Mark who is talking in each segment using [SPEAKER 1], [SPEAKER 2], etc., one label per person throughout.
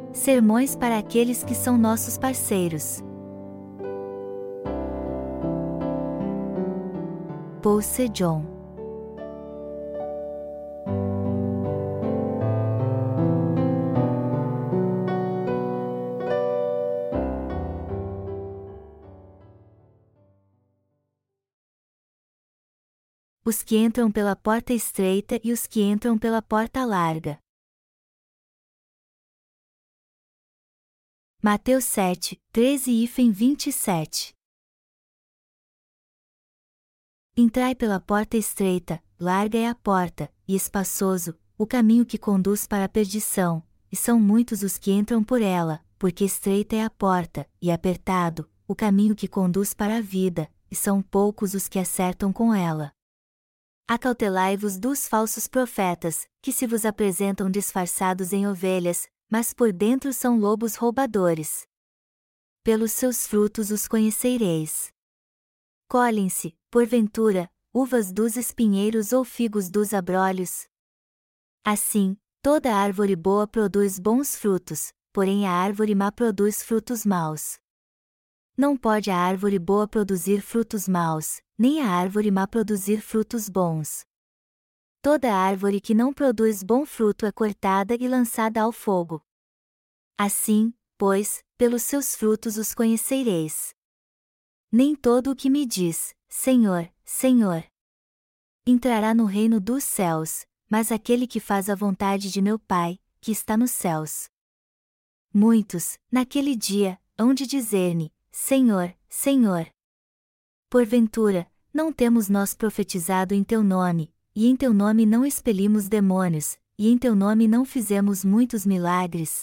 [SPEAKER 1] Sermões para aqueles que são nossos parceiros. Paul Sejong. Os que entram pela porta estreita e os que entram pela porta larga. Mateus 7, 13-27. Entrai pela porta estreita, larga é a porta, e espaçoso, o caminho que conduz para a perdição, e são muitos os que entram por ela, porque estreita é a porta, e apertado, o caminho que conduz para a vida, e são poucos os que acertam com ela. Acautelai-vos dos falsos profetas, que se vos apresentam disfarçados em ovelhas, mas por dentro são lobos roubadores. Pelos seus frutos os conhecereis. Colhem-se, porventura, uvas dos espinheiros ou figos dos abrolhos? Assim, toda árvore boa produz bons frutos, porém a árvore má produz frutos maus. Não pode a árvore boa produzir frutos maus, nem a árvore má produzir frutos bons. Toda árvore que não produz bom fruto é cortada e lançada ao fogo. Assim, pois, pelos seus frutos os conhecereis. Nem todo o que me diz, Senhor, Senhor, entrará no reino dos céus, mas aquele que faz a vontade de meu Pai, que está nos céus. Muitos, naquele dia, hão de dizer-me, Senhor, Senhor, porventura, não temos nós profetizado em teu nome, e em teu nome não expelimos demônios, e em teu nome não fizemos muitos milagres?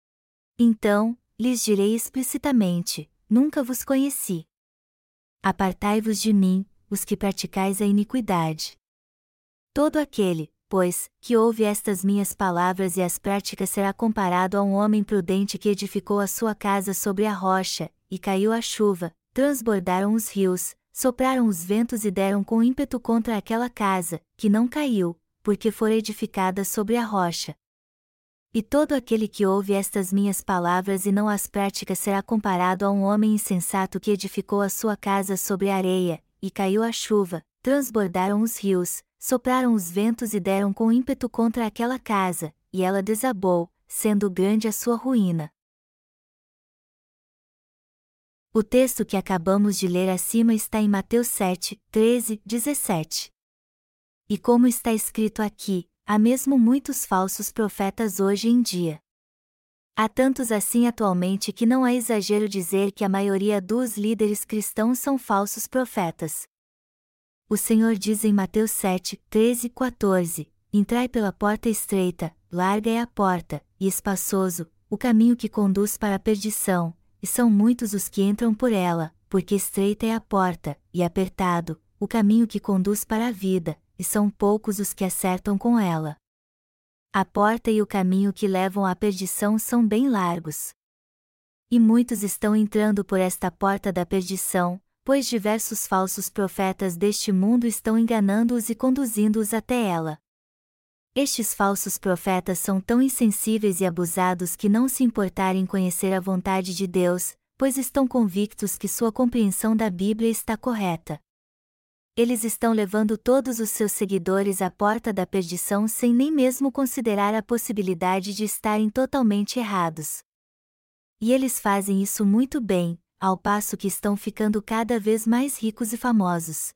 [SPEAKER 1] Então, lhes direi explicitamente, nunca vos conheci. Apartai-vos de mim, os que praticais a iniquidade. Todo aquele, pois, que ouve estas minhas palavras e as pratica será comparado a um homem prudente que edificou a sua casa sobre a rocha, e caiu a chuva, transbordaram os rios, sopraram os ventos e deram com ímpeto contra aquela casa, que não caiu, porque fora edificada sobre a rocha. E todo aquele que ouve estas minhas palavras e não as pratica será comparado a um homem insensato que edificou a sua casa sobre a areia, e caiu a chuva, transbordaram os rios, sopraram os ventos e deram com ímpeto contra aquela casa, e ela desabou, sendo grande a sua ruína. O texto que acabamos de ler acima está em Mateus 7, 13-17. E como está escrito aqui, há mesmo muitos falsos profetas hoje em dia. Há tantos assim atualmente que não é exagero dizer que a maioria dos líderes cristãos são falsos profetas. O Senhor diz em Mateus 7, 13-14, entrai pela porta estreita, larga é a porta, e espaçoso, o caminho que conduz para a perdição, e são muitos os que entram por ela, porque estreita é a porta, e apertado, o caminho que conduz para a vida, e são poucos os que acertam com ela. A porta e o caminho que levam à perdição são bem largos. E muitos estão entrando por esta porta da perdição, pois diversos falsos profetas deste mundo estão enganando-os e conduzindo-os até ela. Estes falsos profetas são tão insensíveis e abusados que não se importarem em conhecer a vontade de Deus, pois estão convictos que sua compreensão da Bíblia está correta. Eles estão levando todos os seus seguidores à porta da perdição sem nem mesmo considerar a possibilidade de estarem totalmente errados. E eles fazem isso muito bem, ao passo que estão ficando cada vez mais ricos e famosos.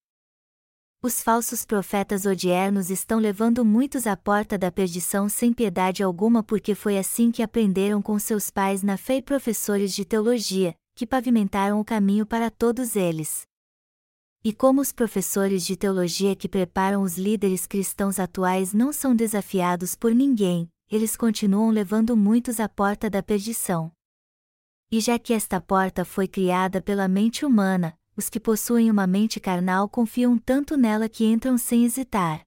[SPEAKER 1] Os falsos profetas odiernos estão levando muitos à porta da perdição sem piedade alguma porque foi assim que aprenderam com seus pais na fé e professores de teologia, que pavimentaram o caminho para todos eles. E como os professores de teologia que preparam os líderes cristãos atuais não são desafiados por ninguém, eles continuam levando muitos à porta da perdição. E já que esta porta foi criada pela mente humana, os que possuem uma mente carnal confiam tanto nela que entram sem hesitar.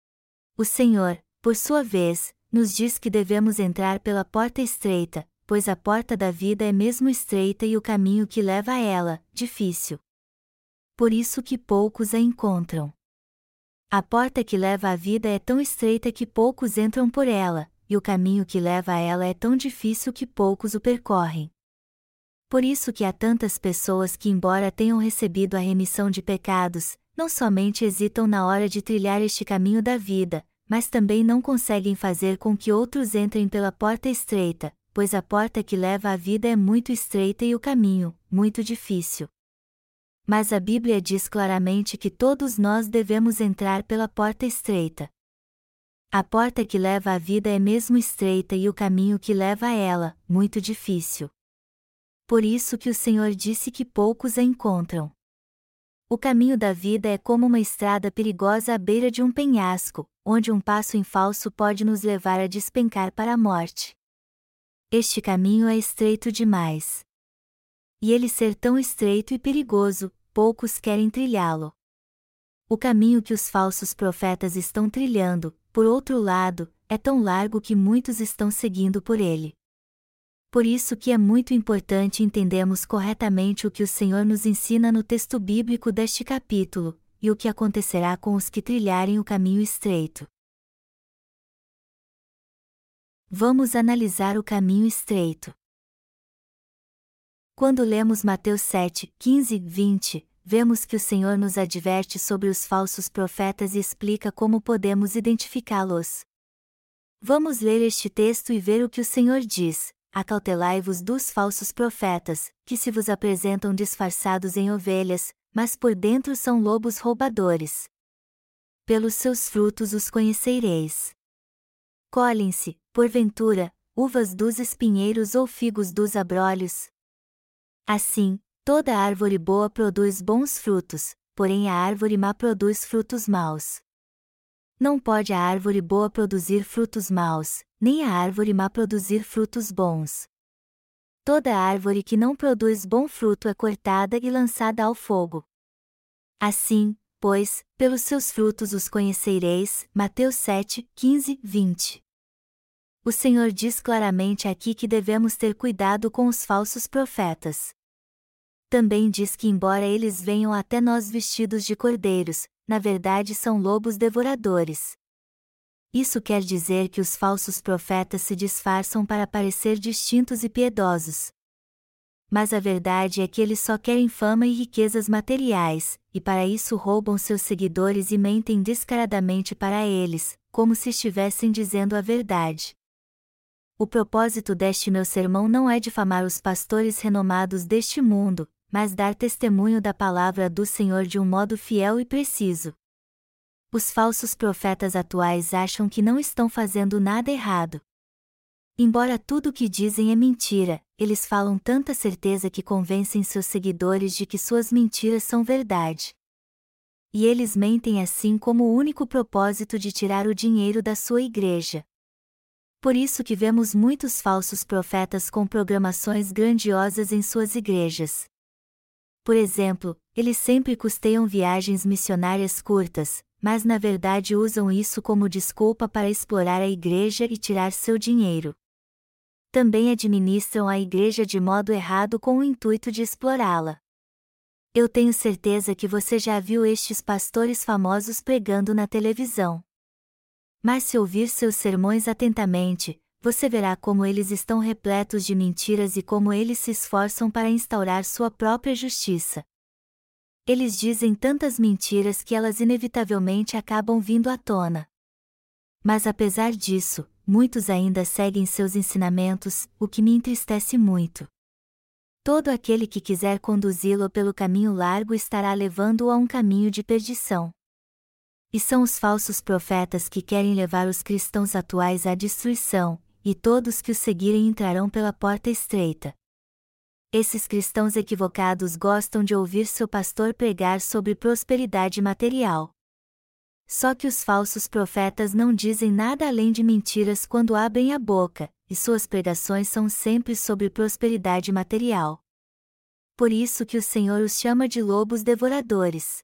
[SPEAKER 1] O Senhor, por sua vez, nos diz que devemos entrar pela porta estreita, pois a porta da vida é mesmo estreita e o caminho que leva a ela, difícil. Por isso que poucos a encontram. A porta que leva à vida é tão estreita que poucos entram por ela, e o caminho que leva a ela é tão difícil que poucos o percorrem. Por isso que há tantas pessoas que, embora tenham recebido a remissão de pecados, não somente hesitam na hora de trilhar este caminho da vida, mas também não conseguem fazer com que outros entrem pela porta estreita, pois a porta que leva à vida é muito estreita e o caminho, muito difícil. Mas a Bíblia diz claramente que todos nós devemos entrar pela porta estreita. A porta que leva à vida é mesmo estreita e o caminho que leva a ela, muito difícil. Por isso que o Senhor disse que poucos a encontram. O caminho da vida é como uma estrada perigosa à beira de um penhasco, onde um passo em falso pode nos levar a despencar para a morte. Este caminho é estreito demais. E ele ser tão estreito e perigoso, poucos querem trilhá-lo. O caminho que os falsos profetas estão trilhando, por outro lado, é tão largo que muitos estão seguindo por ele. Por isso que é muito importante entendermos corretamente o que o Senhor nos ensina no texto bíblico deste capítulo, e o que acontecerá com os que trilharem o caminho estreito. Vamos analisar o caminho estreito. Quando lemos Mateus 7, 15, 20, vemos que o Senhor nos adverte sobre os falsos profetas e explica como podemos identificá-los. Vamos ler este texto e ver o que o Senhor diz: acautelai-vos dos falsos profetas, que se vos apresentam disfarçados em ovelhas, mas por dentro são lobos roubadores. Pelos seus frutos os conhecereis. Colhem-se, porventura, uvas dos espinheiros ou figos dos abrolhos? Assim, toda árvore boa produz bons frutos, porém a árvore má produz frutos maus. Não pode a árvore boa produzir frutos maus, nem a árvore má produzir frutos bons. Toda árvore que não produz bom fruto é cortada e lançada ao fogo. Assim, pois, pelos seus frutos os conhecereis. Mateus 7, 15, 20. O Senhor diz claramente aqui que devemos ter cuidado com os falsos profetas. Também diz que embora eles venham até nós vestidos de cordeiros, na verdade são lobos devoradores. Isso quer dizer que os falsos profetas se disfarçam para parecer distintos e piedosos. Mas a verdade é que eles só querem fama e riquezas materiais, e para isso roubam seus seguidores e mentem descaradamente para eles, como se estivessem dizendo a verdade. O propósito deste meu sermão não é difamar os pastores renomados deste mundo, mas dar testemunho da palavra do Senhor de um modo fiel e preciso. Os falsos profetas atuais acham que não estão fazendo nada errado. Embora tudo o que dizem é mentira, eles falam tanta certeza que convencem seus seguidores de que suas mentiras são verdade. E eles mentem assim como o único propósito de tirar o dinheiro da sua igreja. Por isso que vemos muitos falsos profetas com programações grandiosas em suas igrejas. Por exemplo, eles sempre custeiam viagens missionárias curtas, mas na verdade usam isso como desculpa para explorar a igreja e tirar seu dinheiro. Também administram a igreja de modo errado com o intuito de explorá-la. Eu tenho certeza que você já viu estes pastores famosos pregando na televisão. Mas se ouvir seus sermões atentamente, você verá como eles estão repletos de mentiras e como eles se esforçam para instaurar sua própria justiça. Eles dizem tantas mentiras que elas inevitavelmente acabam vindo à tona. Mas apesar disso, muitos ainda seguem seus ensinamentos, o que me entristece muito. Todo aquele que quiser conduzi-lo pelo caminho largo estará levando-o a um caminho de perdição. E são os falsos profetas que querem levar os cristãos atuais à destruição, e todos que os seguirem entrarão pela porta estreita. Esses cristãos equivocados gostam de ouvir seu pastor pregar sobre prosperidade material. Só que os falsos profetas não dizem nada além de mentiras quando abrem a boca, e suas pregações são sempre sobre prosperidade material. Por isso que o Senhor os chama de lobos devoradores.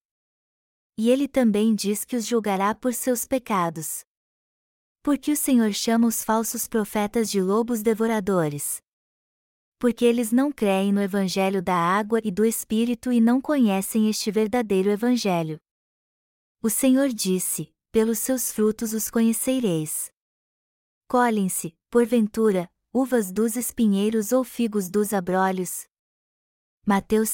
[SPEAKER 1] E ele também diz que os julgará por seus pecados. Por que o Senhor chama os falsos profetas de lobos devoradores? Porque eles não creem no Evangelho da água e do Espírito e não conhecem este verdadeiro Evangelho. O Senhor disse: pelos seus frutos os conhecereis. Colhem-se, porventura, uvas dos espinheiros ou figos dos abrolhos? Mateus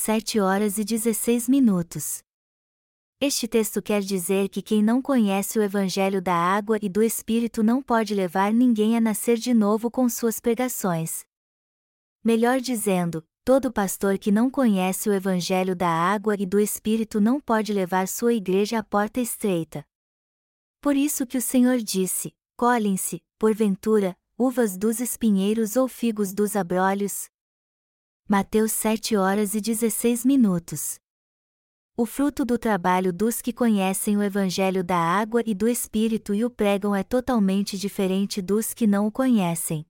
[SPEAKER 1] 7h16. Este texto quer dizer que quem não conhece o Evangelho da água e do Espírito não pode levar ninguém a nascer de novo com suas pregações. Melhor dizendo, todo pastor que não conhece o Evangelho da água e do Espírito não pode levar sua igreja à porta estreita. Por isso que o Senhor disse: colhem-se, porventura, uvas dos espinheiros ou figos dos abrolhos? Mateus 7h16. O fruto do trabalho dos que conhecem o Evangelho da água e do Espírito e o pregam é totalmente diferente dos que não o conhecem.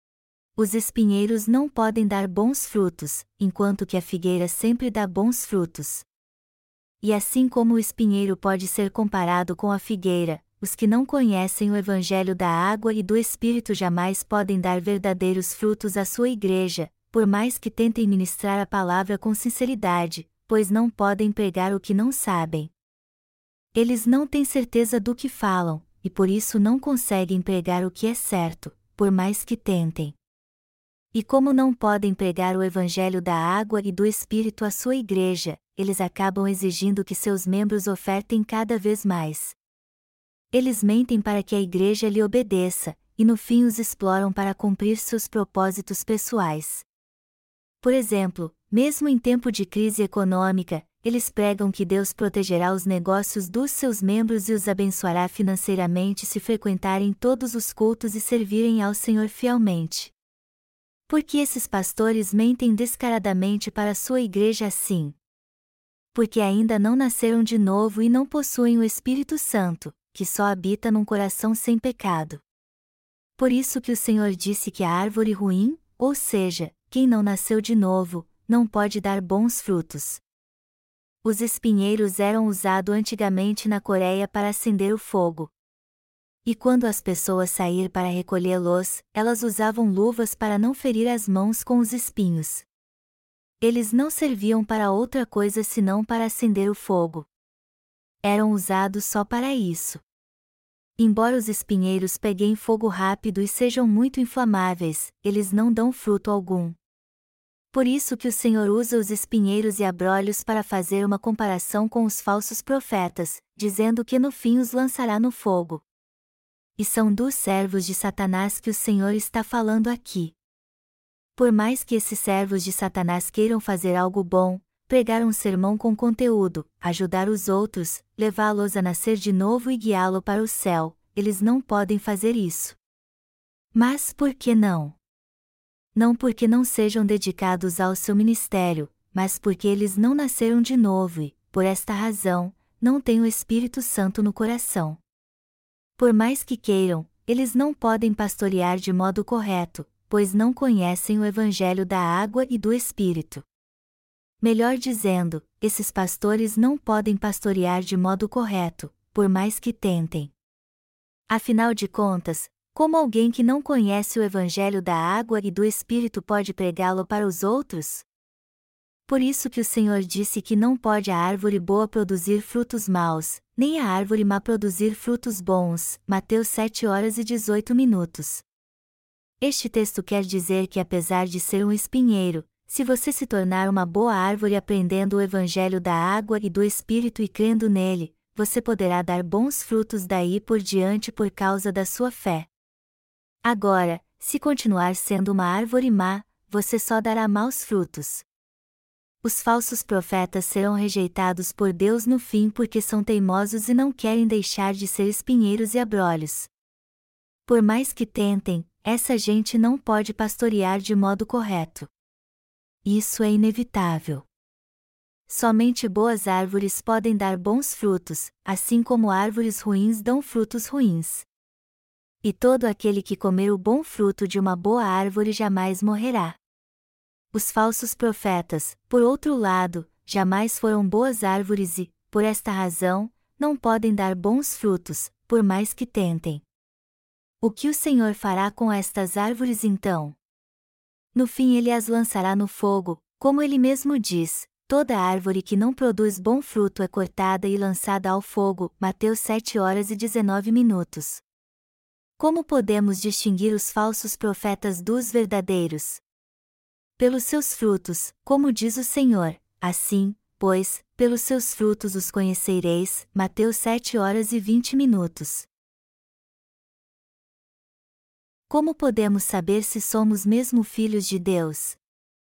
[SPEAKER 1] Os espinheiros não podem dar bons frutos, enquanto que a figueira sempre dá bons frutos. E assim como o espinheiro pode ser comparado com a figueira, os que não conhecem o Evangelho da água e do Espírito jamais podem dar verdadeiros frutos à sua igreja, por mais que tentem ministrar a palavra com sinceridade, pois não podem pregar o que não sabem. Eles não têm certeza do que falam, e por isso não conseguem pregar o que é certo, por mais que tentem. E como não podem pregar o Evangelho da água e do Espírito à sua igreja, eles acabam exigindo que seus membros ofertem cada vez mais. Eles mentem para que a igreja lhe obedeça, e no fim os exploram para cumprir seus propósitos pessoais. Por exemplo, mesmo em tempo de crise econômica, eles pregam que Deus protegerá os negócios dos seus membros e os abençoará financeiramente se frequentarem todos os cultos e servirem ao Senhor fielmente. Por que esses pastores mentem descaradamente para sua igreja assim? Porque ainda não nasceram de novo e não possuem o Espírito Santo, que só habita num coração sem pecado. Por isso que o Senhor disse que a árvore ruim, ou seja, quem não nasceu de novo, não pode dar bons frutos. Os espinheiros eram usados antigamente na Coreia para acender o fogo. E quando as pessoas saíram para recolhê-los, elas usavam luvas para não ferir as mãos com os espinhos. Eles não serviam para outra coisa senão para acender o fogo. Eram usados só para isso. Embora os espinheiros peguem fogo rápido e sejam muito inflamáveis, eles não dão fruto algum. Por isso que o Senhor usa os espinheiros e abrolhos para fazer uma comparação com os falsos profetas, dizendo que no fim os lançará no fogo. E são dos servos de Satanás que o Senhor está falando aqui. Por mais que esses servos de Satanás queiram fazer algo bom, pregar um sermão com conteúdo, ajudar os outros, levá-los a nascer de novo e guiá-lo para o céu, eles não podem fazer isso. Mas por que não? Não porque não sejam dedicados ao seu ministério, mas porque eles não nasceram de novo e, por esta razão, não têm o Espírito Santo no coração. Por mais que queiram, eles não podem pastorear de modo correto, pois não conhecem o Evangelho da água e do Espírito. Melhor dizendo, esses pastores não podem pastorear de modo correto, por mais que tentem. Afinal de contas, como alguém que não conhece o Evangelho da água e do Espírito pode pregá-lo para os outros? Por isso que o Senhor disse que não pode a árvore boa produzir frutos maus, nem a árvore má produzir frutos bons. Mateus 7h18. Este texto quer dizer que apesar de ser um espinheiro, se você se tornar uma boa árvore aprendendo o Evangelho da água e do Espírito e crendo nele, você poderá dar bons frutos daí por diante por causa da sua fé. Agora, se continuar sendo uma árvore má, você só dará maus frutos. Os falsos profetas serão rejeitados por Deus no fim porque são teimosos e não querem deixar de ser espinheiros e abrolhos. Por mais que tentem, essa gente não pode pastorear de modo correto. Isso é inevitável. Somente boas árvores podem dar bons frutos, assim como árvores ruins dão frutos ruins. E todo aquele que comer o bom fruto de uma boa árvore jamais morrerá. Os falsos profetas, por outro lado, jamais foram boas árvores e, por esta razão, não podem dar bons frutos, por mais que tentem. O que o Senhor fará com estas árvores então? No fim ele as lançará no fogo, como ele mesmo diz: toda árvore que não produz bom fruto é cortada e lançada ao fogo. Mateus 7h19. Como podemos distinguir os falsos profetas dos verdadeiros? Pelos seus frutos, como diz o Senhor, assim, pois, pelos seus frutos os conhecereis. Mateus 7h20. Como podemos saber se somos mesmo filhos de Deus?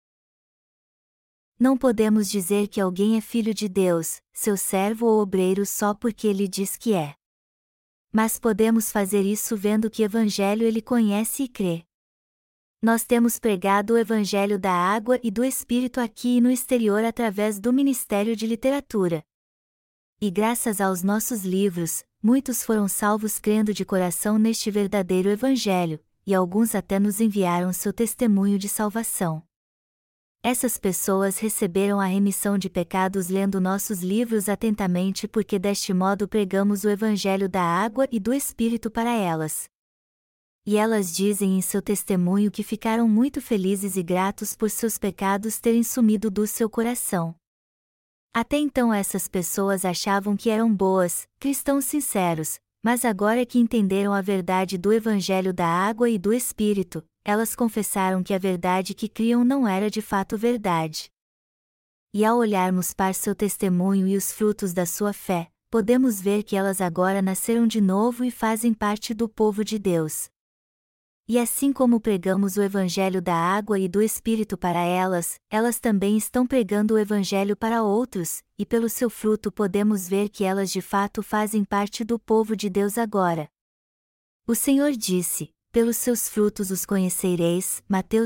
[SPEAKER 1] Não podemos dizer que alguém é filho de Deus, seu servo ou obreiro só porque ele diz que é. Mas podemos fazer isso vendo que evangelho ele conhece e crê. Nós temos pregado o evangelho da água e do Espírito aqui e no exterior através do Ministério de Literatura. E graças aos nossos livros, muitos foram salvos crendo de coração neste verdadeiro evangelho, e alguns até nos enviaram seu testemunho de salvação. Essas pessoas receberam a remissão de pecados lendo nossos livros atentamente porque deste modo pregamos o evangelho da água e do Espírito para elas. E elas dizem em seu testemunho que ficaram muito felizes e gratos por seus pecados terem sumido do seu coração. Até então essas pessoas achavam que eram boas, cristãos sinceros, mas agora que entenderam a verdade do evangelho da água e do Espírito, elas confessaram que a verdade que criam não era de fato verdade. E ao olharmos para seu testemunho e os frutos da sua fé, podemos ver que elas agora nasceram de novo e fazem parte do povo de Deus. E assim como pregamos o evangelho da água e do Espírito para elas, elas também estão pregando o evangelho para outros, e pelo seu fruto podemos ver que elas de fato fazem parte do povo de Deus agora. O Senhor disse: pelos seus frutos os conhecereis. Mateus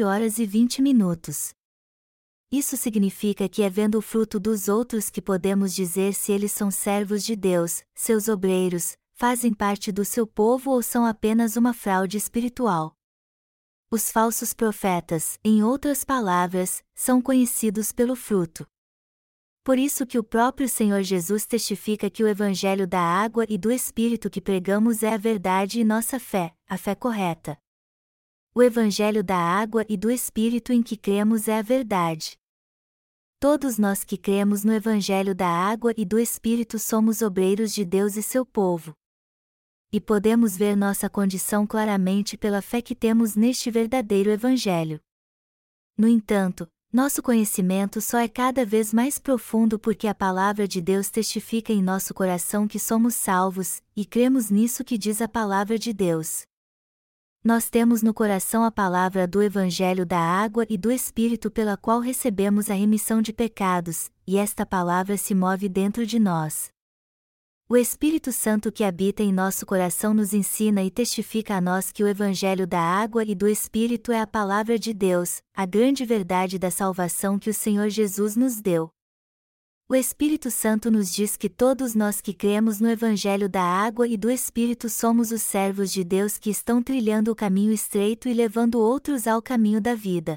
[SPEAKER 1] 7h20. Isso significa que é vendo o fruto dos outros que podemos dizer se eles são servos de Deus, seus obreiros, fazem parte do seu povo ou são apenas uma fraude espiritual. Os falsos profetas, em outras palavras, são conhecidos pelo fruto. Por isso que o próprio Senhor Jesus testifica que o evangelho da água e do Espírito que pregamos é a verdade e nossa fé, a fé correta. O evangelho da água e do Espírito em que cremos é a verdade. Todos nós que cremos no evangelho da água e do Espírito somos obreiros de Deus e seu povo. E podemos ver nossa condição claramente pela fé que temos neste verdadeiro evangelho. No entanto, nosso conhecimento só é cada vez mais profundo porque a palavra de Deus testifica em nosso coração que somos salvos, e cremos nisso que diz a palavra de Deus. Nós temos no coração a palavra do Evangelho da água e do Espírito pela qual recebemos a remissão de pecados, e esta palavra se move dentro de nós. O Espírito Santo que habita em nosso coração nos ensina e testifica a nós que o Evangelho da água e do Espírito é a palavra de Deus, a grande verdade da salvação que o Senhor Jesus nos deu. O Espírito Santo nos diz que todos nós que cremos no Evangelho da água e do Espírito somos os servos de Deus que estão trilhando o caminho estreito e levando outros ao caminho da vida.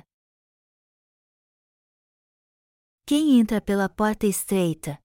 [SPEAKER 1] Quem entra pela porta estreita?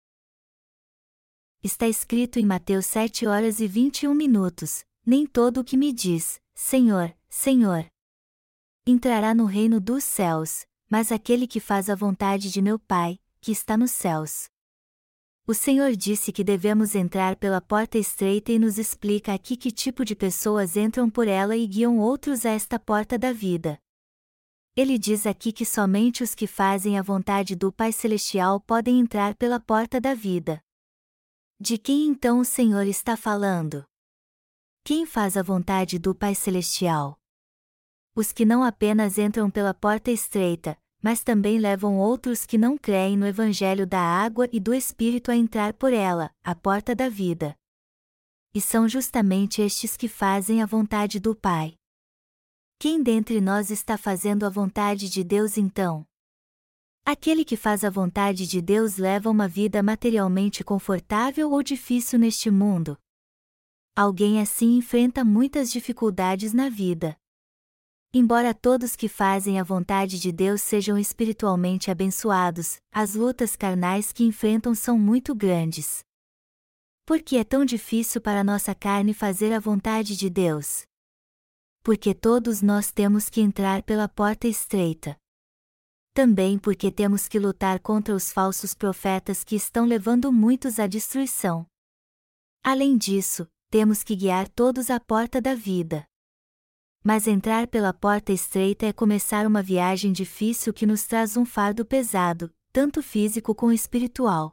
[SPEAKER 1] Está escrito em Mateus 7h21, nem todo o que me diz, Senhor, Senhor, entrará no reino dos céus, mas aquele que faz a vontade de meu Pai, que está nos céus. O Senhor disse que devemos entrar pela porta estreita e nos explica aqui que tipo de pessoas entram por ela e guiam outros a esta porta da vida. Ele diz aqui que somente os que fazem a vontade do Pai Celestial podem entrar pela porta da vida. De quem então o Senhor está falando? Quem faz a vontade do Pai Celestial? Os que não apenas entram pela porta estreita, mas também levam outros que não creem no Evangelho da água e do Espírito a entrar por ela, a porta da vida. E são justamente estes que fazem a vontade do Pai. Quem dentre nós está fazendo a vontade de Deus então? Aquele que faz a vontade de Deus leva uma vida materialmente confortável ou difícil neste mundo? Alguém assim enfrenta muitas dificuldades na vida. Embora todos que fazem a vontade de Deus sejam espiritualmente abençoados, as lutas carnais que enfrentam são muito grandes. Por que é tão difícil para nossa carne fazer a vontade de Deus? Porque todos nós temos que entrar pela porta estreita. Também porque temos que lutar contra os falsos profetas que estão levando muitos à destruição. Além disso, temos que guiar todos à porta da vida. Mas entrar pela porta estreita é começar uma viagem difícil que nos traz um fardo pesado, tanto físico como espiritual.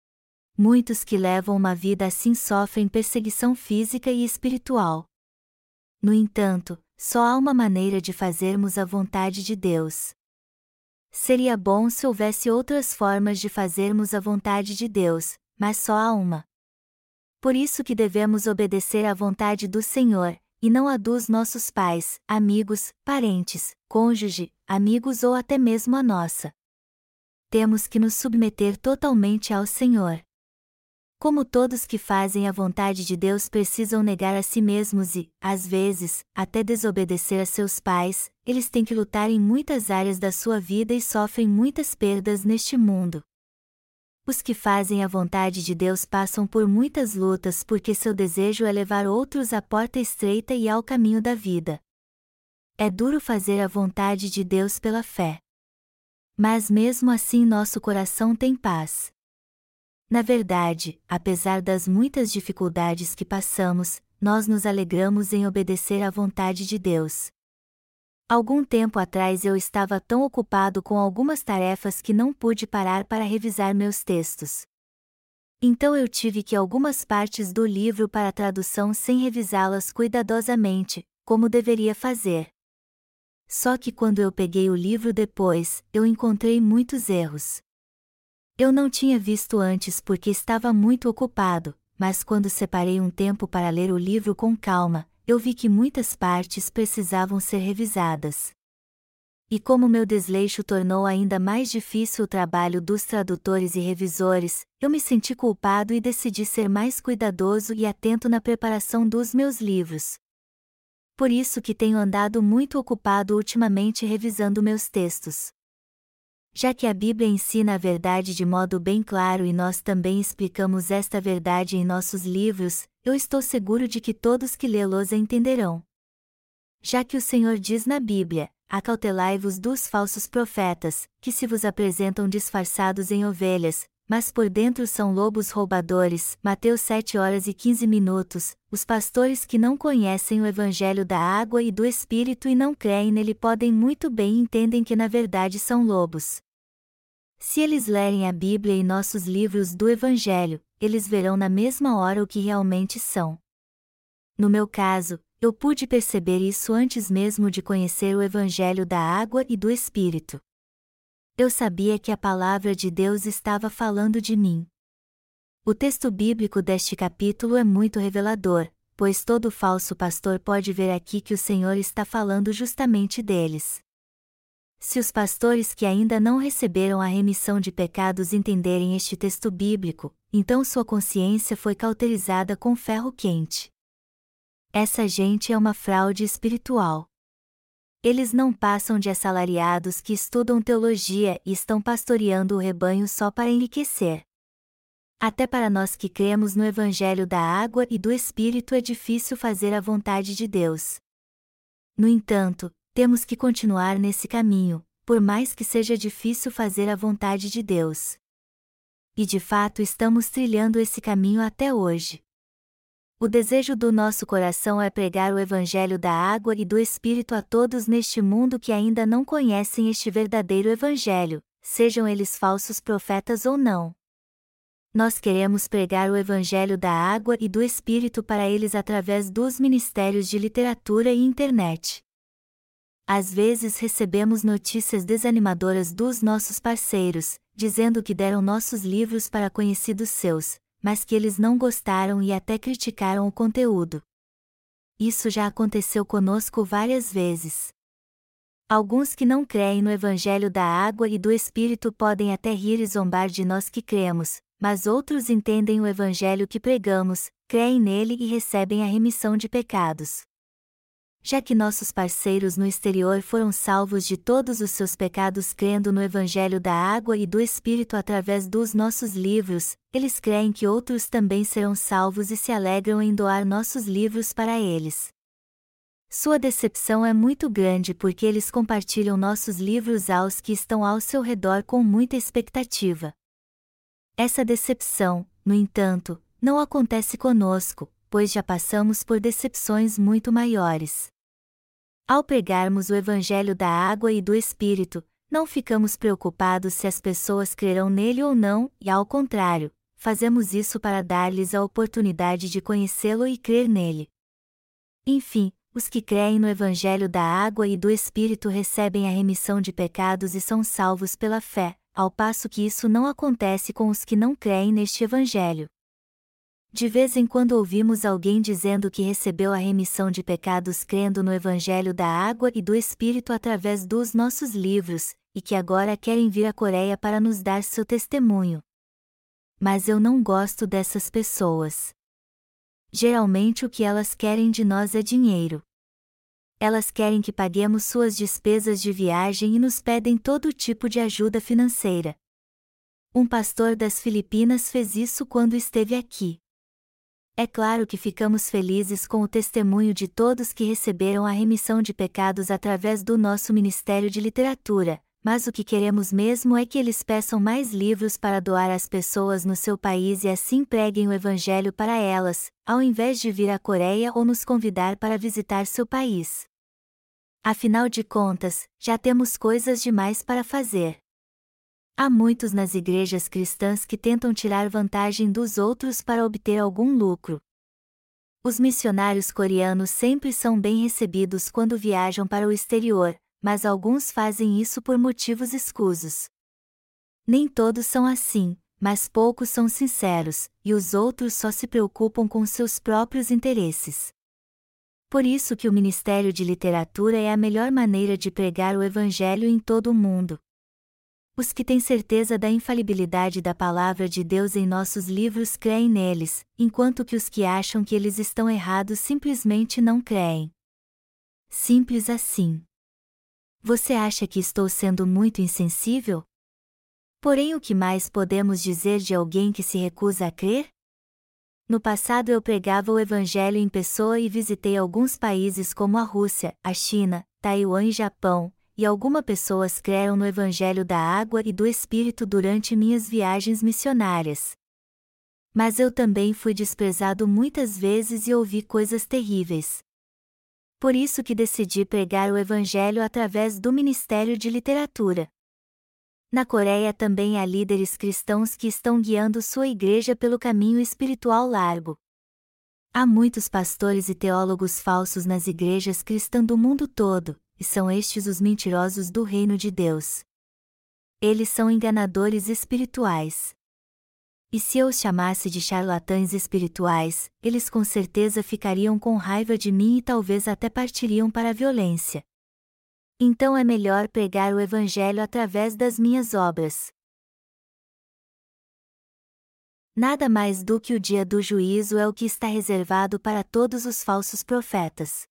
[SPEAKER 1] Muitos que levam uma vida assim sofrem perseguição física e espiritual. No entanto, só há uma maneira de fazermos a vontade de Deus. Seria bom se houvesse outras formas de fazermos a vontade de Deus, mas só há uma. Por isso que devemos obedecer à vontade do Senhor, e não a dos nossos pais, amigos, parentes, cônjuge, amigos ou até mesmo a nossa. Temos que nos submeter totalmente ao Senhor. Como todos que fazem a vontade de Deus precisam negar a si mesmos e, às vezes, até desobedecer a seus pais, eles têm que lutar em muitas áreas da sua vida e sofrem muitas perdas neste mundo. Os que fazem a vontade de Deus passam por muitas lutas porque seu desejo é levar outros à porta estreita e ao caminho da vida. É duro fazer a vontade de Deus pela fé. Mas mesmo assim nosso coração tem paz. Na verdade, apesar das muitas dificuldades que passamos, nós nos alegramos em obedecer à vontade de Deus. Algum tempo atrás eu estava tão ocupado com algumas tarefas que não pude parar para revisar meus textos. Então eu tive que algumas partes do livro para tradução sem revisá-las cuidadosamente, como deveria fazer. Só que quando eu peguei o livro depois, eu encontrei muitos erros. Eu não tinha visto antes porque estava muito ocupado, mas quando separei um tempo para ler o livro com calma, eu vi que muitas partes precisavam ser revisadas. E como meu desleixo tornou ainda mais difícil o trabalho dos tradutores e revisores, eu me senti culpado e decidi ser mais cuidadoso e atento na preparação dos meus livros. Por isso que tenho andado muito ocupado ultimamente revisando meus textos. Já que a Bíblia ensina a verdade de modo bem claro e nós também explicamos esta verdade em nossos livros, eu estou seguro de que todos que lê-los entenderão. Já que o Senhor diz na Bíblia, acautelai-vos dos falsos profetas, que se vos apresentam disfarçados em ovelhas, mas por dentro são lobos roubadores. Mateus 7h15. Os pastores que não conhecem o Evangelho da água e do Espírito e não creem nele podem muito bem entendem que na verdade são lobos. Se eles lerem a Bíblia e nossos livros do Evangelho, eles verão na mesma hora o que realmente são. No meu caso, eu pude perceber isso antes mesmo de conhecer o Evangelho da água e do Espírito. Eu sabia que a palavra de Deus estava falando de mim. O texto bíblico deste capítulo é muito revelador, pois todo falso pastor pode ver aqui que o Senhor está falando justamente deles. Se os pastores que ainda não receberam a remissão de pecados entenderem este texto bíblico, então sua consciência foi cauterizada com ferro quente. Essa gente é uma fraude espiritual. Eles não passam de assalariados que estudam teologia e estão pastoreando o rebanho só para enriquecer. Até para nós que cremos no Evangelho da água e do Espírito é difícil fazer a vontade de Deus. No entanto, temos que continuar nesse caminho, por mais que seja difícil fazer a vontade de Deus. E de fato estamos trilhando esse caminho até hoje. O desejo do nosso coração é pregar o Evangelho da água e do Espírito a todos neste mundo que ainda não conhecem este verdadeiro Evangelho, sejam eles falsos profetas ou não. Nós queremos pregar o Evangelho da água e do Espírito para eles através dos ministérios de literatura e internet. Às vezes recebemos notícias desanimadoras dos nossos parceiros, dizendo que deram nossos livros para conhecidos seus, mas que eles não gostaram e até criticaram o conteúdo. Isso já aconteceu conosco várias vezes. Alguns que não creem no Evangelho da água e do Espírito podem até rir e zombar de nós que cremos, mas outros entendem o Evangelho que pregamos, creem nele e recebem a remissão de pecados. Já que nossos parceiros no exterior foram salvos de todos os seus pecados crendo no Evangelho da água e do Espírito através dos nossos livros, eles creem que outros também serão salvos e se alegram em doar nossos livros para eles. Sua decepção é muito grande porque eles compartilham nossos livros aos que estão ao seu redor com muita expectativa. Essa decepção, no entanto, não acontece conosco, pois já passamos por decepções muito maiores. Ao pregarmos o Evangelho da água e do Espírito, não ficamos preocupados se as pessoas crerão nele ou não, e ao contrário, fazemos isso para dar-lhes a oportunidade de conhecê-lo e crer nele. Enfim, os que creem no Evangelho da água e do Espírito recebem a remissão de pecados e são salvos pela fé, ao passo que isso não acontece com os que não creem neste Evangelho. De vez em quando ouvimos alguém dizendo que recebeu a remissão de pecados crendo no Evangelho da água e do Espírito através dos nossos livros, e que agora querem vir à Coreia para nos dar seu testemunho. Mas eu não gosto dessas pessoas. Geralmente o que elas querem de nós é dinheiro. Elas querem que paguemos suas despesas de viagem e nos pedem todo tipo de ajuda financeira. Um pastor das Filipinas fez isso quando esteve aqui. É claro que ficamos felizes com o testemunho de todos que receberam a remissão de pecados através do nosso Ministério de Literatura, mas o que queremos mesmo é que eles peçam mais livros para doar às pessoas no seu país e assim preguem o Evangelho para elas, ao invés de vir à Coreia ou nos convidar para visitar seu país. Afinal de contas, já temos coisas demais para fazer. Há muitos nas igrejas cristãs que tentam tirar vantagem dos outros para obter algum lucro. Os missionários coreanos sempre são bem recebidos quando viajam para o exterior, mas alguns fazem isso por motivos escusos. Nem todos são assim, mas poucos são sinceros, e os outros só se preocupam com seus próprios interesses. Por isso que o Ministério de Literatura é a melhor maneira de pregar o Evangelho em todo o mundo. Os que têm certeza da infalibilidade da Palavra de Deus em nossos livros creem neles, enquanto que os que acham que eles estão errados simplesmente não creem. Simples assim. Você acha que estou sendo muito insensível? Porém, o que mais podemos dizer de alguém que se recusa a crer? No passado eu pregava o Evangelho em pessoa e visitei alguns países como a Rússia, a China, Taiwan e Japão, e algumas pessoas creram no Evangelho da água e do Espírito durante minhas viagens missionárias. Mas eu também fui desprezado muitas vezes e ouvi coisas terríveis. Por isso que decidi pregar o Evangelho através do Ministério de Literatura. Na Coreia também há líderes cristãos que estão guiando sua igreja pelo caminho espiritual largo. Há muitos pastores e teólogos falsos nas igrejas cristãs do mundo todo, e são estes os mentirosos do reino de Deus. Eles são enganadores espirituais. E se eu os chamasse de charlatães espirituais, eles com certeza ficariam com raiva de mim e talvez até partiriam para a violência. Então é melhor pregar o Evangelho através das minhas obras. Nada mais do que o dia do juízo é o que está reservado para todos os falsos profetas.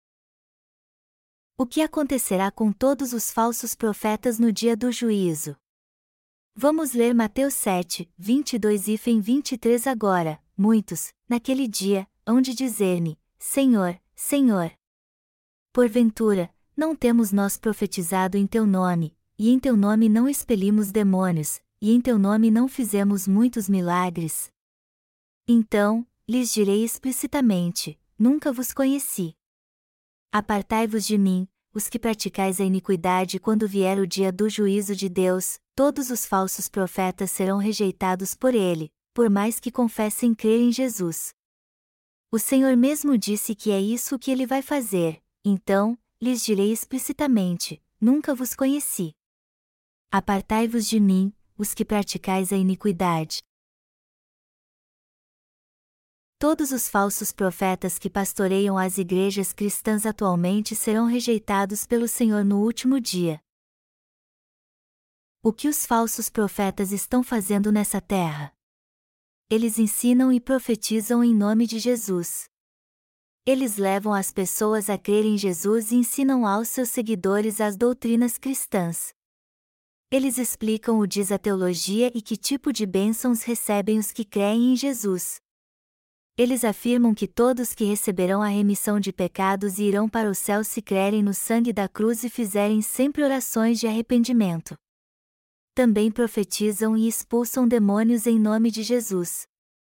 [SPEAKER 1] O que acontecerá com todos os falsos profetas no dia do juízo? Vamos ler Mateus 7, 22 e 23 agora. Muitos, naquele dia, hão de dizer-me: Senhor, Senhor. Porventura, não temos nós profetizado em teu nome, e em teu nome não expelimos demônios, e em teu nome não fizemos muitos milagres? Então, lhes direi explicitamente: nunca vos conheci. Apartai-vos de mim, os que praticais a iniquidade, quando vier o dia do juízo de Deus, todos os falsos profetas serão rejeitados por ele, por mais que confessem crer em Jesus. O Senhor mesmo disse que é isso que ele vai fazer, então, lhes direi explicitamente: nunca vos conheci. Apartai-vos de mim, os que praticais a iniquidade. Todos os falsos profetas que pastoreiam as igrejas cristãs atualmente serão rejeitados pelo Senhor no último dia. O que os falsos profetas estão fazendo nessa terra? Eles ensinam e profetizam em nome de Jesus. Eles levam as pessoas a crer em Jesus e ensinam aos seus seguidores as doutrinas cristãs. Eles explicam o diz a teologia e que tipo de bênçãos recebem os que creem em Jesus. Eles afirmam que todos que receberão a remissão de pecados e irão para o céu se crerem no sangue da cruz e fizerem sempre orações de arrependimento. Também profetizam e expulsam demônios em nome de Jesus.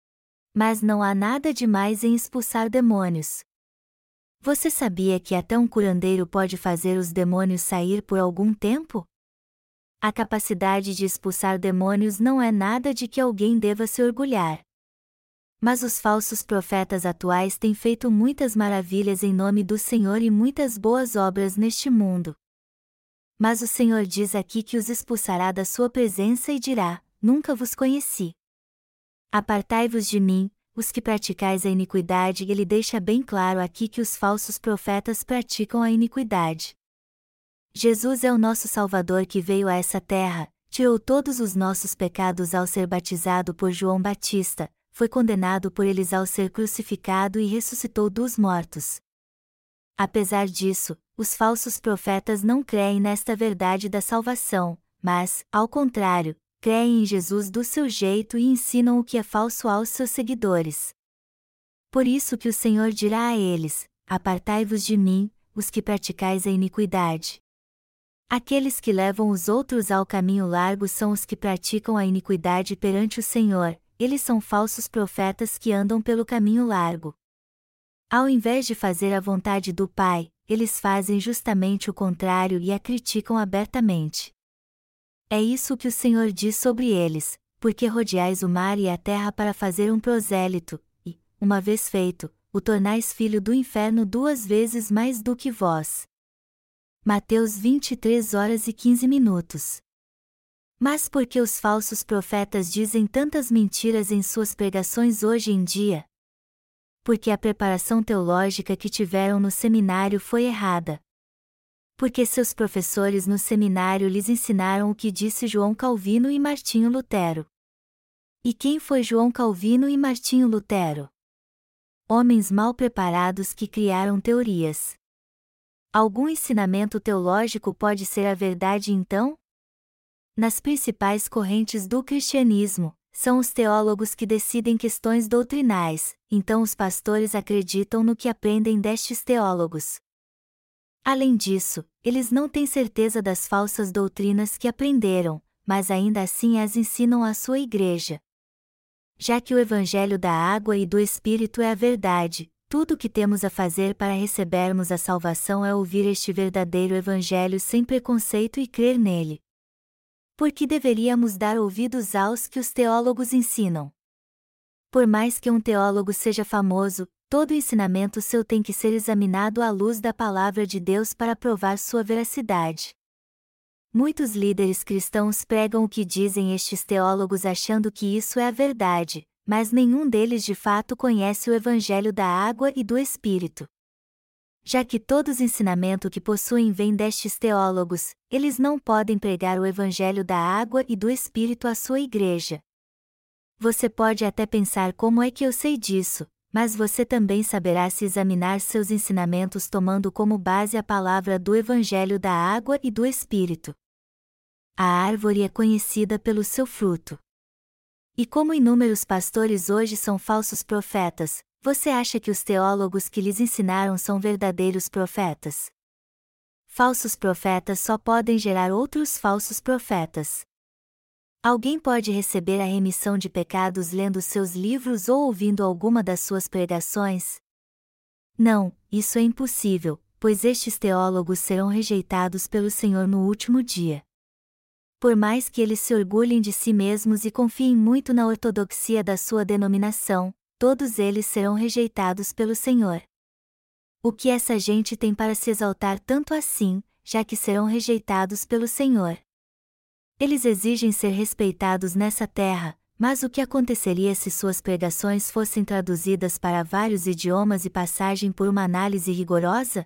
[SPEAKER 1] Mas não há nada demais em expulsar demônios. Você sabia que até um curandeiro pode fazer os demônios sair por algum tempo? A capacidade de expulsar demônios não é nada de que alguém deva se orgulhar. Mas os falsos profetas atuais têm feito muitas maravilhas em nome do Senhor e muitas boas obras neste mundo. Mas o Senhor diz aqui que os expulsará da sua presença e dirá: Nunca vos conheci. Apartai-vos de mim, os que praticais a iniquidade. Ele deixa bem claro aqui que os falsos profetas praticam a iniquidade. Jesus é o nosso Salvador que veio a essa terra, tirou todos os nossos pecados ao ser batizado por João Batista, foi condenado por eles ao ser crucificado e ressuscitou dos mortos. Apesar disso, os falsos profetas não creem nesta verdade da salvação, mas, ao contrário, creem em Jesus do seu jeito e ensinam o que é falso aos seus seguidores. Por isso que o Senhor dirá a eles: Apartai-vos de mim, os que praticais a iniquidade. Aqueles que levam os outros ao caminho largo são os que praticam a iniquidade perante o Senhor, eles são falsos profetas que andam pelo caminho largo. Ao invés de fazer a vontade do Pai, eles fazem justamente o contrário e a criticam abertamente. É isso que o Senhor diz sobre eles: porque rodeais o mar e a terra para fazer um prosélito, e, uma vez feito, o tornais filho do inferno 2 vezes mais do que vós. Mateus 23h15. Mas por que os falsos profetas dizem tantas mentiras em suas pregações hoje em dia? Porque a preparação teológica que tiveram no seminário foi errada. Porque seus professores no seminário lhes ensinaram o que disse João Calvino e Martinho Lutero. E quem foi João Calvino e Martinho Lutero? Homens mal preparados que criaram teorias. Algum ensinamento teológico pode ser a verdade então? Nas principais correntes do cristianismo, são os teólogos que decidem questões doutrinais, então os pastores acreditam no que aprendem destes teólogos. Além disso, eles não têm certeza das falsas doutrinas que aprenderam, mas ainda assim as ensinam à sua igreja. Já que o Evangelho da água e do Espírito é a verdade, tudo o que temos a fazer para recebermos a salvação é ouvir este verdadeiro Evangelho sem preconceito e crer nele. Por que deveríamos dar ouvidos aos que os teólogos ensinam? Por mais que um teólogo seja famoso, todo ensinamento seu tem que ser examinado à luz da palavra de Deus para provar sua veracidade. Muitos líderes cristãos pregam o que dizem estes teólogos achando que isso é a verdade, mas nenhum deles de fato conhece o Evangelho da água e do Espírito. Já que todos os ensinamentos que possuem vêm destes teólogos, eles não podem pregar o Evangelho da água e do Espírito à sua igreja. Você pode até pensar como é que eu sei disso, mas você também saberá se examinar seus ensinamentos tomando como base a palavra do Evangelho da água e do Espírito. A árvore é conhecida pelo seu fruto. E como inúmeros pastores hoje são falsos profetas, você acha que os teólogos que lhes ensinaram são verdadeiros profetas? Falsos profetas só podem gerar outros falsos profetas. Alguém pode receber a remissão de pecados lendo seus livros ou ouvindo alguma das suas pregações? Não, isso é impossível, pois estes teólogos serão rejeitados pelo Senhor no último dia. Por mais que eles se orgulhem de si mesmos e confiem muito na ortodoxia da sua denominação, todos eles serão rejeitados pelo Senhor. O que essa gente tem para se exaltar tanto assim, já que serão rejeitados pelo Senhor? Eles exigem ser respeitados nessa terra, mas o que aconteceria se suas pregações fossem traduzidas para vários idiomas e passagem por uma análise rigorosa?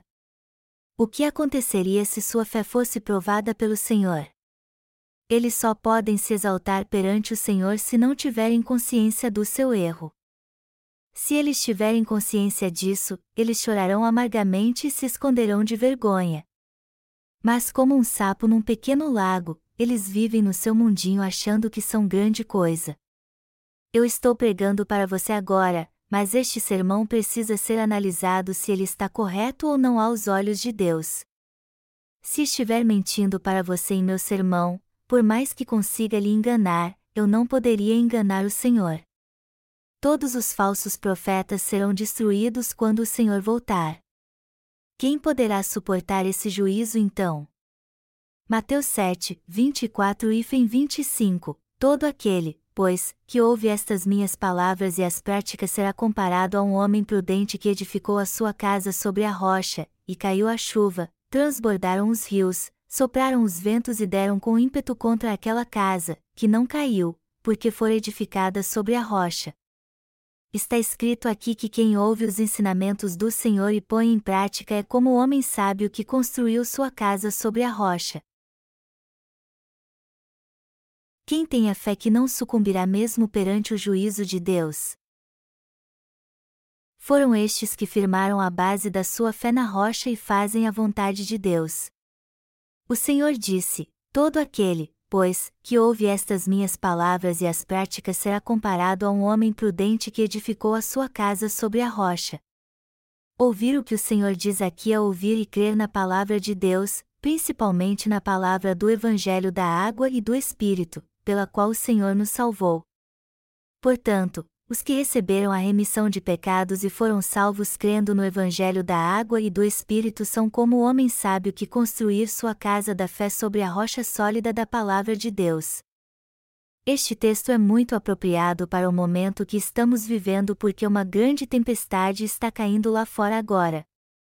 [SPEAKER 1] O que aconteceria se sua fé fosse provada pelo Senhor? Eles só podem se exaltar perante o Senhor se não tiverem consciência do seu erro. Se eles tiverem consciência disso, eles chorarão amargamente e se esconderão de vergonha. Mas como um sapo num pequeno lago, eles vivem no seu mundinho achando que são grande coisa. Eu estou pregando para você agora, mas este sermão precisa ser analisado se ele está correto ou não aos olhos de Deus. Se estiver mentindo para você em meu sermão, por mais que consiga lhe enganar, eu não poderia enganar o Senhor. todos os falsos profetas serão destruídos quando o Senhor voltar. Quem poderá suportar esse juízo então? Mateus 7, 24 e 25. Todo aquele, pois, que ouve estas minhas palavras e as pratica será comparado a um homem prudente que edificou a sua casa sobre a rocha, e caiu a chuva, transbordaram os rios, sopraram os ventos e deram com ímpeto contra aquela casa, que não caiu, porque fora edificada sobre a rocha. Está escrito aqui que quem ouve os ensinamentos do Senhor e põe em prática é como o homem sábio que construiu sua casa sobre a rocha. Quem tem a fé que não sucumbirá mesmo perante o juízo de Deus? Foram estes que firmaram a base da sua fé na rocha e fazem a vontade de Deus. O Senhor disse: todo aquele, pois, que ouve estas minhas palavras e as práticas será comparado a um homem prudente que edificou a sua casa sobre a rocha. Ouvir o que o Senhor diz aqui é ouvir e crer na palavra de Deus, principalmente na palavra do Evangelho da água e do Espírito, pela qual o Senhor nos salvou. Portanto, os que receberam a remissão de pecados e foram salvos crendo no Evangelho da água e do Espírito são como o homem sábio que construir sua casa da fé sobre a rocha sólida da palavra de Deus. Este texto é muito apropriado para o momento que estamos vivendo porque uma grande tempestade está caindo lá fora agora.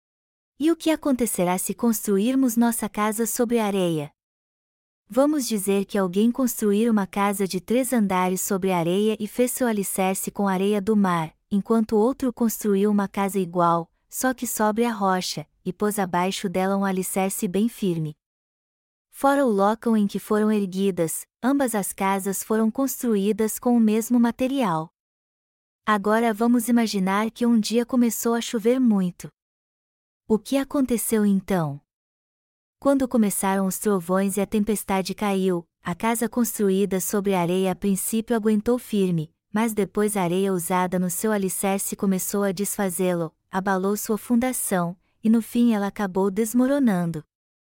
[SPEAKER 1] E o que acontecerá se construirmos nossa casa sobre a areia? Vamos dizer que alguém construir uma casa de 3 andares sobre a areia e fez seu alicerce com areia do mar, enquanto outro construiu uma casa igual, só que sobre a rocha, e pôs abaixo dela um alicerce bem firme. Fora o local em que foram erguidas, ambas as casas foram construídas com o mesmo material. Agora vamos imaginar que um dia começou a chover muito. O que aconteceu então? Quando começaram os trovões e a tempestade caiu, a casa construída sobre a areia a princípio aguentou firme, mas depois a areia usada no seu alicerce começou a desfazê-lo, abalou sua fundação, e no fim ela acabou desmoronando.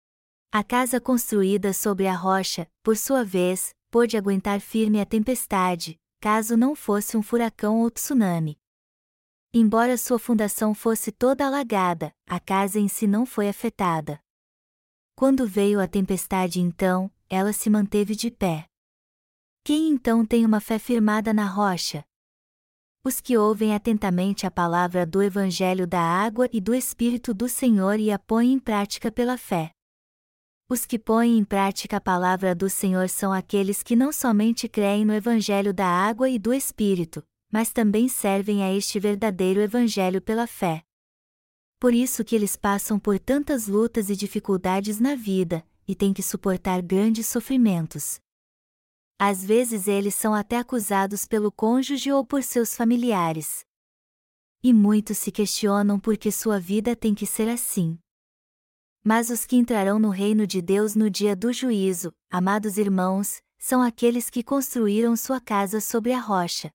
[SPEAKER 1] A casa construída sobre a rocha, por sua vez, pôde aguentar firme a tempestade, caso não fosse um furacão ou tsunami. Embora sua fundação fosse toda alagada, a casa em si não foi afetada. Quando veio a tempestade então, ela se manteve de pé. Quem então tem uma fé firmada na rocha? Os que ouvem atentamente a palavra do Evangelho da água e do Espírito do Senhor e a põem em prática pela fé. Os que põem em prática a palavra do Senhor são aqueles que não somente creem no Evangelho da água e do Espírito, mas também servem a este verdadeiro Evangelho pela fé. Por isso que eles passam por tantas lutas e dificuldades na vida, e têm que suportar grandes sofrimentos. Às vezes eles são até acusados pelo cônjuge ou por seus familiares. E muitos se questionam por que sua vida tem que ser assim. Mas os que entrarão no reino de Deus no dia do juízo, amados irmãos, são aqueles que construíram sua casa sobre a rocha.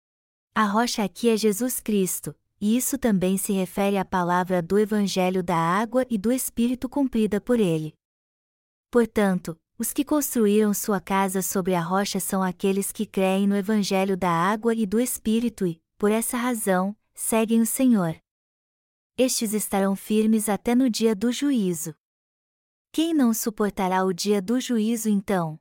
[SPEAKER 1] A rocha aqui é Jesus Cristo. E isso também se refere à palavra do Evangelho da água e do Espírito cumprida por ele. Portanto, os que construíram sua casa sobre a rocha são aqueles que creem no Evangelho da água e do Espírito e, por essa razão, seguem o Senhor. Estes estarão firmes até no dia do juízo. Quem não suportará o dia do juízo então?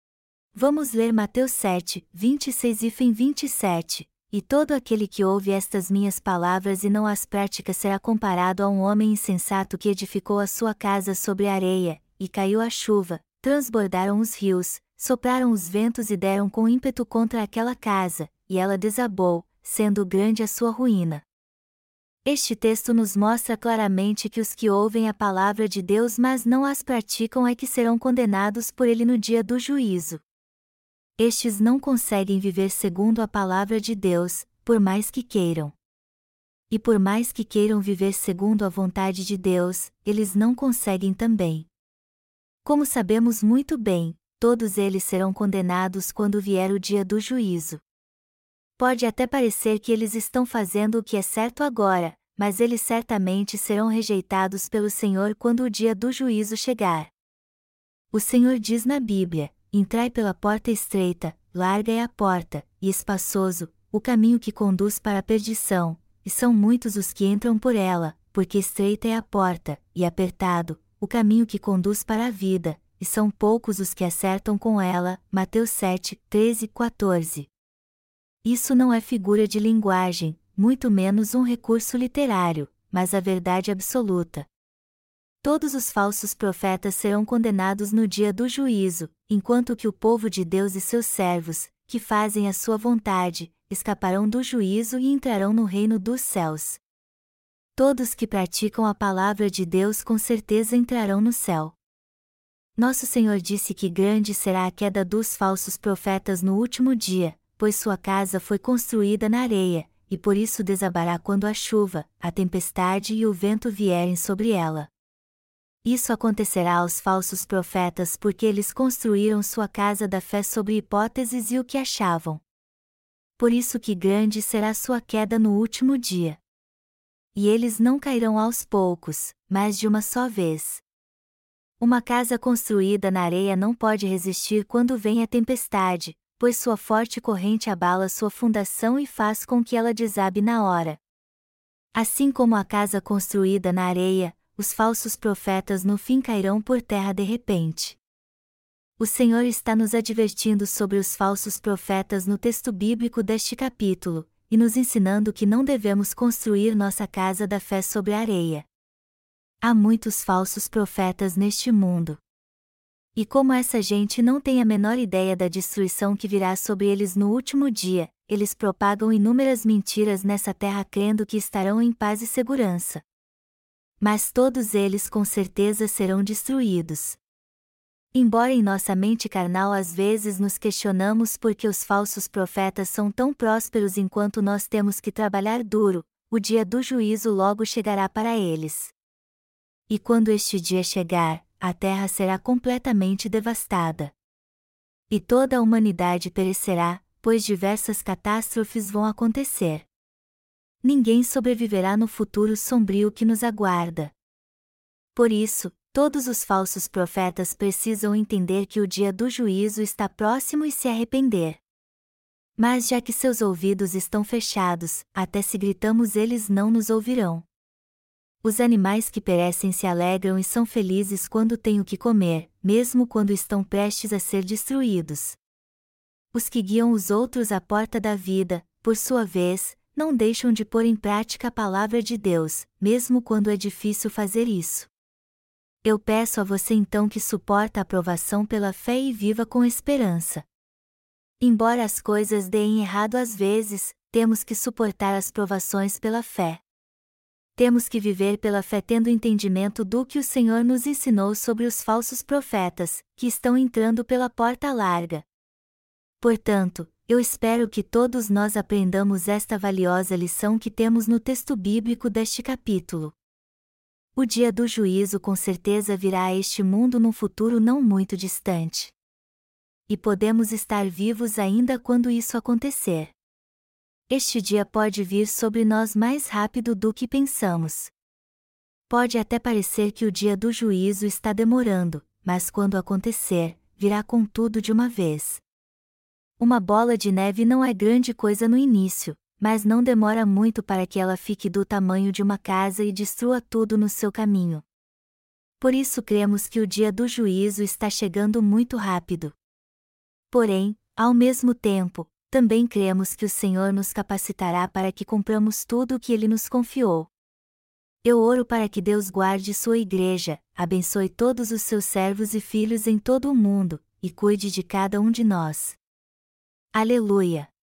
[SPEAKER 1] Vamos ler Mateus 7, 26 e 27. E todo aquele que ouve estas minhas palavras e não as pratica será comparado a um homem insensato que edificou a sua casa sobre a areia, e caiu a chuva, transbordaram os rios, sopraram os ventos e deram com ímpeto contra aquela casa, e ela desabou, sendo grande a sua ruína. Este texto nos mostra claramente que os que ouvem a palavra de Deus mas não as praticam é que serão condenados por ele no dia do juízo. Estes não conseguem viver segundo a palavra de Deus, por mais que queiram. E por mais que queiram viver segundo a vontade de Deus, eles não conseguem também. Como sabemos muito bem, todos eles serão condenados quando vier o dia do juízo. Pode até parecer que eles estão fazendo o que é certo agora, mas eles certamente serão rejeitados pelo Senhor quando o dia do juízo chegar. O Senhor diz na Bíblia: entrai pela porta estreita, larga é a porta, e espaçoso, o caminho que conduz para a perdição, e são muitos os que entram por ela, porque estreita é a porta, e apertado, o caminho que conduz para a vida, e são poucos os que acertam com ela. Mateus 7, 13, 14. Isso não é figura de linguagem, muito menos um recurso literário, mas a verdade absoluta. Todos os falsos profetas serão condenados no dia do juízo, enquanto que o povo de Deus e seus servos, que fazem a sua vontade, escaparão do juízo e entrarão no reino dos céus. Todos que praticam a palavra de Deus com certeza entrarão no céu. Nosso Senhor disse que grande será a queda dos falsos profetas no último dia, pois sua casa foi construída na areia, e por isso desabará quando a chuva, a tempestade e o vento vierem sobre ela. Isso acontecerá aos falsos profetas porque eles construíram sua casa da fé sobre hipóteses e o que achavam. Por isso que grande será sua queda no último dia. E eles não cairão aos poucos, mas de uma só vez. Uma casa construída na areia não pode resistir quando vem a tempestade, pois sua forte corrente abala sua fundação e faz com que ela desabe na hora. Assim como a casa construída na areia, os falsos profetas no fim cairão por terra de repente. O Senhor está nos advertindo sobre os falsos profetas no texto bíblico deste capítulo, e nos ensinando que não devemos construir nossa casa da fé sobre a areia. Há muitos falsos profetas neste mundo. E como essa gente não tem a menor ideia da destruição que virá sobre eles no último dia, eles propagam inúmeras mentiras nessa terra crendo que estarão em paz e segurança. Mas todos eles com certeza serão destruídos. Embora em nossa mente carnal às vezes nos questionamos por que os falsos profetas são tão prósperos enquanto nós temos que trabalhar duro, o dia do juízo logo chegará para eles. E quando este dia chegar, a terra será completamente devastada. E toda a humanidade perecerá, pois diversas catástrofes vão acontecer. Ninguém sobreviverá no futuro sombrio que nos aguarda. Por isso, todos os falsos profetas precisam entender que o dia do juízo está próximo e se arrepender. Mas já que seus ouvidos estão fechados, até se gritamos eles não nos ouvirão. Os animais que perecem se alegram e são felizes quando têm o que comer, mesmo quando estão prestes a ser destruídos. Os que guiam os outros à porta da vida, por sua vez, não deixam de pôr em prática a palavra de Deus, mesmo quando é difícil fazer isso. Eu peço a você então que suporta a provação pela fé e viva com esperança. Embora as coisas deem errado às vezes, temos que suportar as provações pela fé. Temos que viver pela fé tendo entendimento do que o Senhor nos ensinou sobre os falsos profetas, que estão entrando pela porta larga. Portanto, eu espero que todos nós aprendamos esta valiosa lição que temos no texto bíblico deste capítulo. O dia do juízo com certeza virá a este mundo num futuro não muito distante. E podemos estar vivos ainda quando isso acontecer. Este dia pode vir sobre nós mais rápido do que pensamos. Pode até parecer que o dia do juízo está demorando, mas quando acontecer, virá com tudo de uma vez. Uma bola de neve não é grande coisa no início, mas não demora muito para que ela fique do tamanho de uma casa e destrua tudo no seu caminho. Por isso cremos que o dia do juízo está chegando muito rápido. Porém, ao mesmo tempo, também cremos que o Senhor nos capacitará para que cumpramos tudo o que Ele nos confiou. Eu oro para que Deus guarde sua igreja, abençoe todos os seus servos e filhos em todo o mundo, e cuide de cada um de nós. Aleluia!